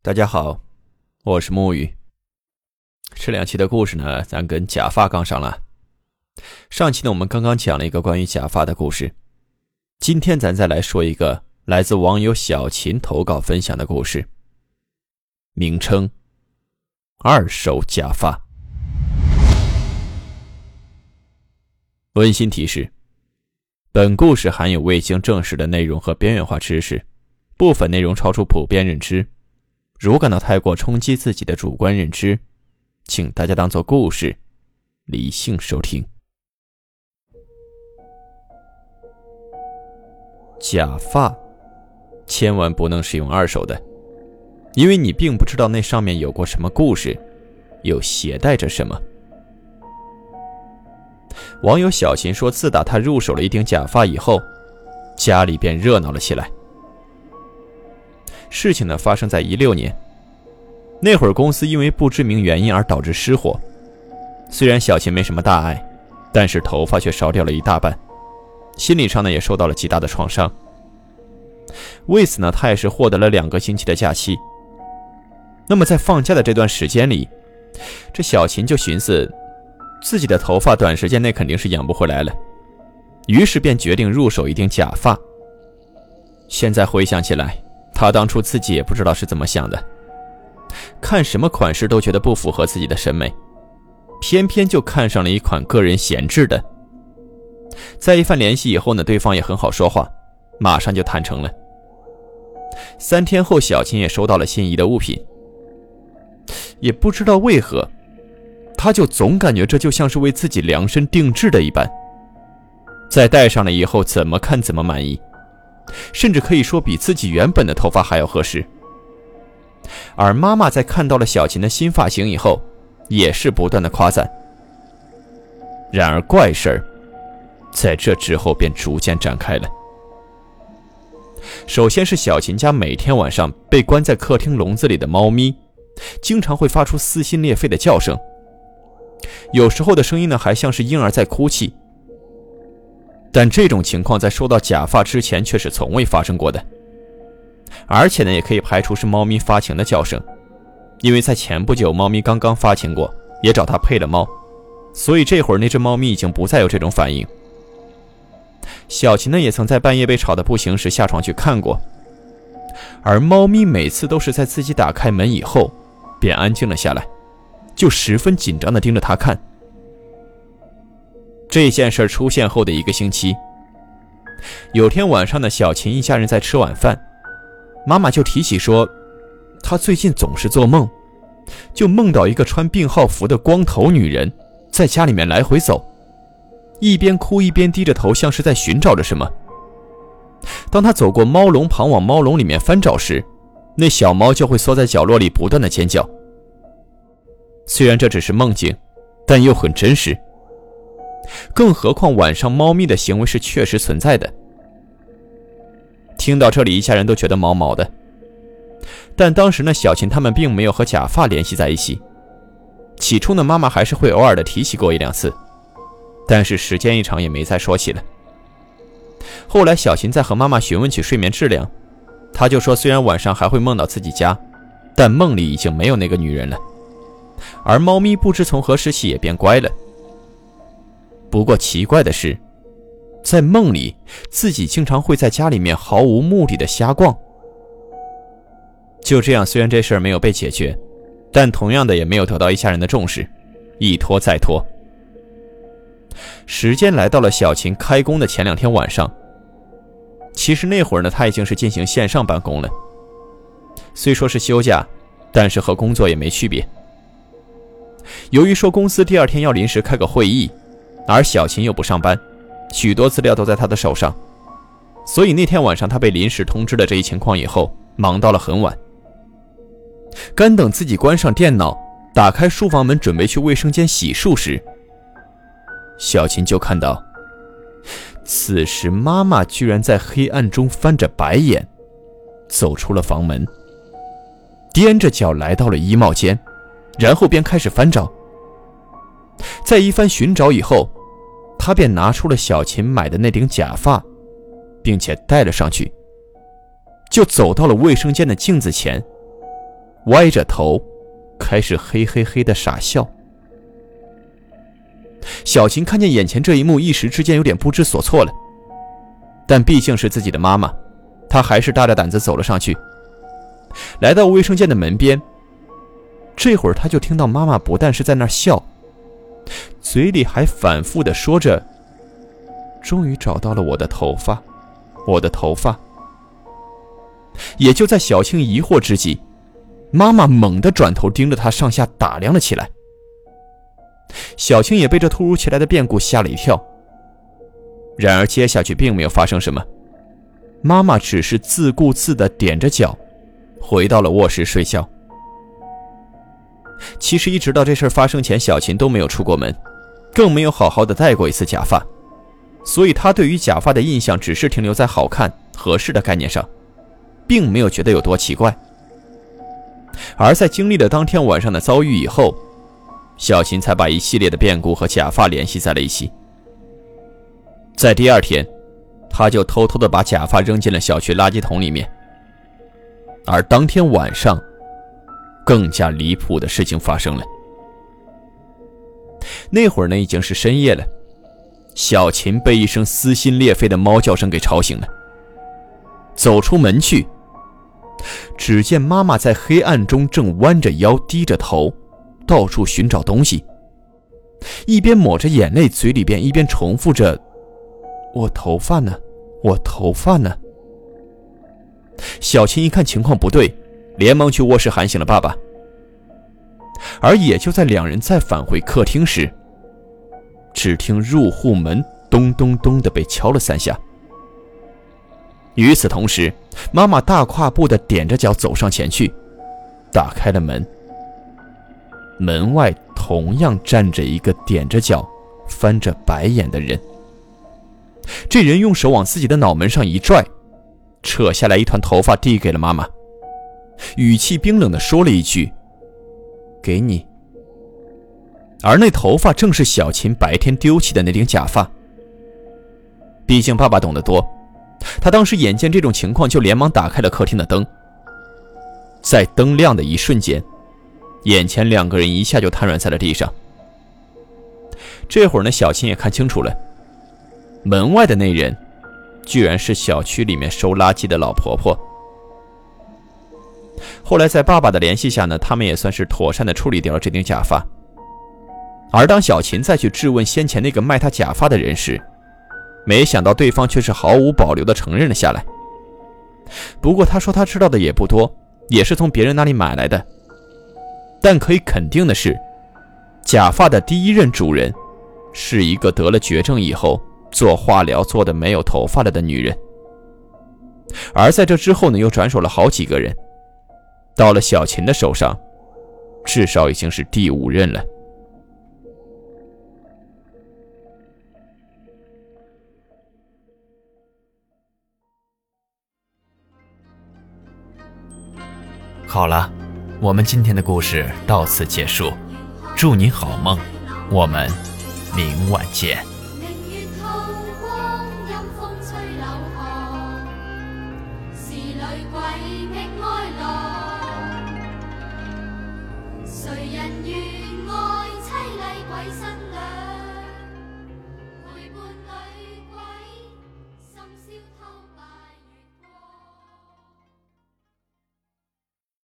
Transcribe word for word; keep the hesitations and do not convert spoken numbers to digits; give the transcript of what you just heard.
大家好，我是木鱼。这两期的故事呢，咱跟假发杠上了。上期呢，我们刚刚讲了一个关于假发的故事，今天咱再来说一个来自网友小秦投稿分享的故事，名称：二手假发。温馨提示：本故事含有未经证实的内容和边缘化知识，部分内容超出普遍认知，如感到太过冲击自己的主观认知，请大家当作故事，理性收听。假发千万不能使用二手的，因为你并不知道那上面有过什么故事，又携带着什么。网友小秦说，自打他入手了一顶假发以后，家里便热闹了起来。事情呢发生在一六年，那会儿公司因为不知名原因而导致失火，虽然小秦没什么大碍，但是头发却烧掉了一大半，心理上呢也受到了极大的创伤。为此呢，他也是获得了两个星期的假期。那么在放假的这段时间里，这小秦就寻思自己的头发短时间内肯定是养不回来了，于是便决定入手一顶假发。现在回想起来，他当初自己也不知道是怎么想的，看什么款式都觉得不符合自己的审美，偏偏就看上了一款个人闲置的。在一番联系以后呢，对方也很好说话，马上就谈成了。三天后，小秦也收到了心仪的物品，也不知道为何，他就总感觉这就像是为自己量身定制的一般，在戴上了以后怎么看怎么满意，甚至可以说比自己原本的头发还要合适。而妈妈在看到了小秦的新发型以后，也是不断的夸赞。然而怪事儿在这之后便逐渐展开了。首先是小秦家每天晚上被关在客厅笼子里的猫咪，经常会发出撕心裂肺的叫声，有时候的声音呢还像是婴儿在哭泣。但这种情况在收到假发之前却是从未发生过的，而且呢也可以排除是猫咪发情的叫声，因为在前不久猫咪刚刚发情过，也找它配了猫，所以这会儿那只猫咪已经不再有这种反应。小秦呢也曾在半夜被吵得不行时下床去看过，而猫咪每次都是在自己打开门以后便安静了下来，就十分紧张地盯着他看。这件事出现后的一个星期，有天晚上呢，小秦一家人在吃晚饭，妈妈就提起说，她最近总是做梦，就梦到一个穿病号服的光头女人在家里面来回走，一边哭一边低着头，像是在寻找着什么。当她走过猫笼旁往猫笼里面翻找时，那小猫就会缩在角落里不断的尖叫。虽然这只是梦境，但又很真实，更何况晚上猫咪的行为是确实存在的。听到这里，一家人都觉得毛毛的，但当时呢，小秦他们并没有和假发联系在一起。起初呢，妈妈还是会偶尔的提起过一两次，但是时间一长也没再说起了。后来小秦在和妈妈询问起睡眠质量，她就说虽然晚上还会梦到自己家，但梦里已经没有那个女人了，而猫咪不知从何时起也变乖了。不过奇怪的是，在梦里自己经常会在家里面毫无目的的瞎逛。就这样，虽然这事儿没有被解决，但同样的也没有得到一家人的重视，一拖再拖。时间来到了小秦开工的前两天晚上，其实那会儿呢，他已经是进行线上办公了，虽说是休假，但是和工作也没区别。由于说公司第二天要临时开个会议，而小秦又不上班，许多资料都在他的手上，所以那天晚上他被临时通知了这一情况以后，忙到了很晚。干等自己关上电脑，打开书房门准备去卫生间洗漱时，小秦就看到此时妈妈居然在黑暗中翻着白眼走出了房门，踮着脚来到了衣帽间，然后便开始翻找。在一番寻找以后，他便拿出了小秦买的那顶假发，并且戴了上去，就走到了卫生间的镜子前， 歪着头，开始嘿嘿嘿的傻笑。小琴看见眼前这一幕，一时之间有点不知所措了，但毕竟是自己的妈妈，她还是大着胆子走了上去。来到卫生间的门边，这会儿她就听到妈妈不但是在那儿笑，嘴里还反复地说着：终于找到了我的头发，我的头发。也就在小青疑惑之际，妈妈猛地转头盯着她上下打量了起来。小青也被这突如其来的变故吓了一跳，然而接下去并没有发生什么，妈妈只是自顾自地踮着脚回到了卧室睡觉。其实一直到这事发生前，小琴都没有出过门，更没有好好的戴过一次假发，所以她对于假发的印象只是停留在好看合适的概念上，并没有觉得有多奇怪。而在经历了当天晚上的遭遇以后，小琴才把一系列的变故和假发联系在了一起。在第二天，她就偷偷地把假发扔进了小区垃圾桶里面。而当天晚上，更加离谱的事情发生了。那会儿呢，已经是深夜了，小琴被一声撕心裂肺的猫叫声给吵醒了。走出门去，只见妈妈在黑暗中正弯着腰低着头到处寻找东西，一边抹着眼泪，嘴里边一边重复着：我头发呢？我头发呢？小琴一看情况不对，连忙去卧室喊醒了爸爸。而也就在两人再返回客厅时，只听入户门咚咚咚地被敲了三下。与此同时，妈妈大跨步地踮着脚走上前去，打开了门。门外同样站着一个踮着脚翻着白眼的人。这人用手往自己的脑门上一拽，扯下来一团头发递给了妈妈，语气冰冷地说了一句：给你。而那头发正是小琴白天丢弃的那顶假发。毕竟爸爸懂得多，他当时眼见这种情况，就连忙打开了客厅的灯。在灯亮的一瞬间，眼前两个人一下就瘫软在了地上。这会儿呢，小琴也看清楚了，门外的那人居然是小区里面收垃圾的老婆婆。后来在爸爸的联系下呢，他们也算是妥善的处理掉了这顶假发。而当小琴再去质问先前那个卖她假发的人时，没想到对方却是毫无保留地承认了下来。不过他说他知道的也不多，也是从别人那里买来的。但可以肯定的是，假发的第一任主人是一个得了绝症以后做化疗做的没有头发了的女人。而在这之后呢，又转手了好几个人，到了小琴的手上，至少已经是第五任了。 好了，我们今天的故事到此结束，祝你好梦，我们明晚见。谁人愿爱凄厉鬼身？